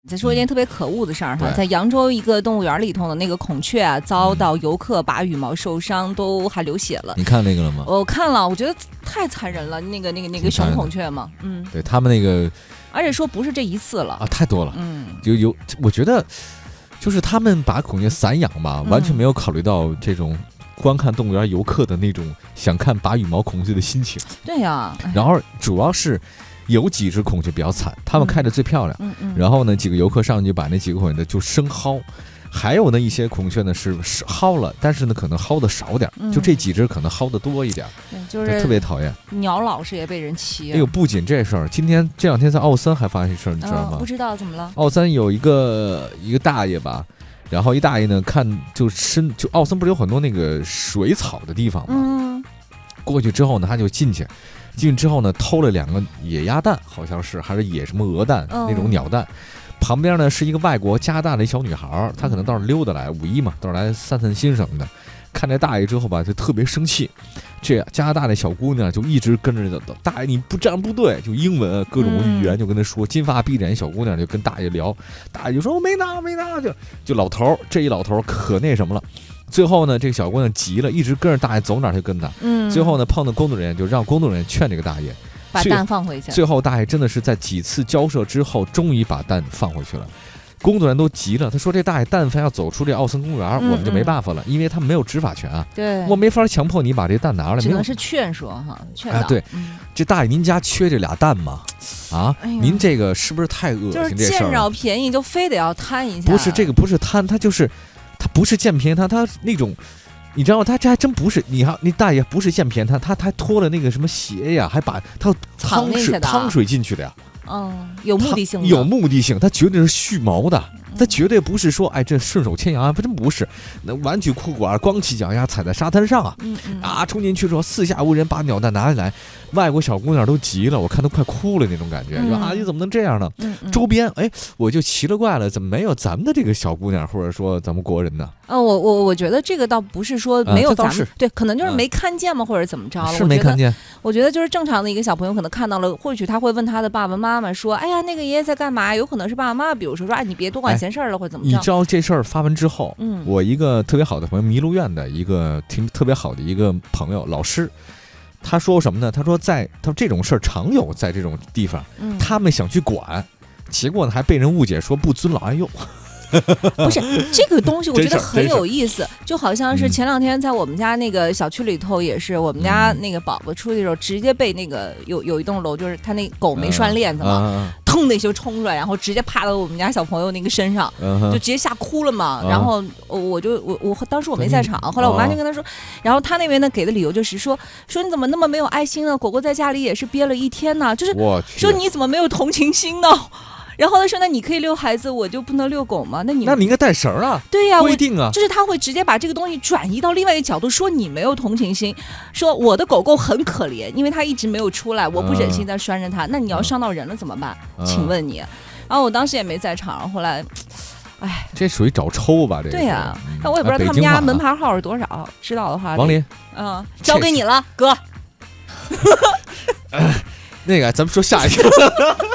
再说一件特别可恶的事儿哈，在扬州一个动物园里头的那个孔雀啊，遭到游客拔羽毛受伤，都还流血了。 你看那个了吗？ 我看了，我觉得太残忍了。那个雄孔雀嘛， 对他们那个， 而且说不是这一次了啊，太多了。我觉得就是他们把孔雀散养嘛，完全没有考虑到这种观看动物园游客的那种想看拔羽毛孔雀的心情。 对呀， 然后主要是。有几只孔雀比较惨，它们开得最漂亮。然后呢，几个游客上去把那几个孔雀就生薅，还有呢一些孔雀呢是薅了，但是呢可能薅的少点，就这几只可能薅的多一点， 就是特别讨厌。 鸟老师也被人骑。 哎呦，不仅这事儿，这两天在奥森还发生一事儿，你知道吗？ 不知道怎么了。 奥森有一个大爷吧，然后一大爷呢就奥森不是有很多那个水草的地方吗？过去之后呢，他就进去之后呢，偷了2个野鸭蛋，好像是还是野什么鹅蛋，那种鸟蛋。旁边呢是一个外国加拿大的小女孩，她可能到这溜达来，5·1嘛，到这来散散心什么的。看这大爷之后吧，就特别生气。这加拿大的小姑娘就一直跟着大爷，你不这样不对，就英文各种语言就跟他说。金发碧眼小姑娘就跟大爷聊，大爷就说我没拿，就老头这一老头可那什么了。最后呢，这个小姑娘急了，一直跟着大爷走哪儿就跟他。最后呢，碰到工作人员，就让工作人员劝这个大爷把蛋放回去。 最后大爷真的是在几次交涉之后，终于把蛋放回去了。工作人员都急了，他说这大爷但凡要走出这奥森公园，我们就没办法了，因为他没有执法权啊。 对， 我没法强迫你把这蛋拿来， 只能是劝说哈，劝导。 对，这大爷您家缺这俩蛋吗？啊，您这个是不是太恶心这事儿？ 就是见着便宜就非得要贪一下。 不是这个，不是贪，他不是见便宜，他那种。你知道吗？他这还真不是你大爷不是见便宜，他还脱了那个什么鞋呀，还把他汤水进去的呀。 有目的性的。 有目的性，他绝对是蓄谋的，他绝对不是说这顺手牵羊啊，真不是。那弯曲裤管，光起脚丫踩在沙滩上啊，冲进去之后四下无人，把鸟蛋拿下来，外国小姑娘都急了，我看都快哭了那种感觉，说啊你怎么能这样呢？周边我就奇了怪了，怎么没有咱们的这个小姑娘，或者说咱们国人呢？ 我觉得这个倒不是说没有咱们，对，可能就是没看见嘛，或者怎么着了。 是没看见。 我觉得就是正常的一个小朋友可能看到了，或许他会问他的爸爸妈妈说：“哎呀，那个爷爷在干嘛？”有可能是爸爸妈妈，比如说你别多管闲事儿了，或者怎么着。 你知道这事儿发完之后，我一个特别好的朋友，麋鹿院的一个特别好的一个朋友老师，他说什么呢？他说这种事儿常有在这种地方，他们想去管，结果呢还被人误解说不尊老爱幼。 不是这个东西，我觉得很有意思，就好像是前2天在我们家那个小区里头，也是我们家那个宝宝出去的时候，直接被那个有一栋楼，就是他那狗没拴链子嘛，腾的就冲出来，然后直接趴到我们家小朋友那个身上，就直接吓哭了嘛。然后我当时我没在场，后来我妈就跟他说，然后他那边呢给的理由就是说你怎么那么没有爱心呢？狗狗在家里也是憋了1天呢，就是说你怎么没有同情心呢？然后他说：“那你可以遛孩子，我就不能遛狗吗？那你应该带绳啊。” 对呀， 规定啊， 就是他会直接把这个东西转移到另外一个角度，说你没有同情心，说我的狗狗很可怜，因为它一直没有出来，我不忍心再拴着它。那你要伤到人了怎么办？请问你？然后我当时也没在场，后来， 这属于找抽吧？这对呀，那我也不知道他们家门牌号是多少，知道的话， 王林， 交给你了，哥。 那个，咱们说下一个。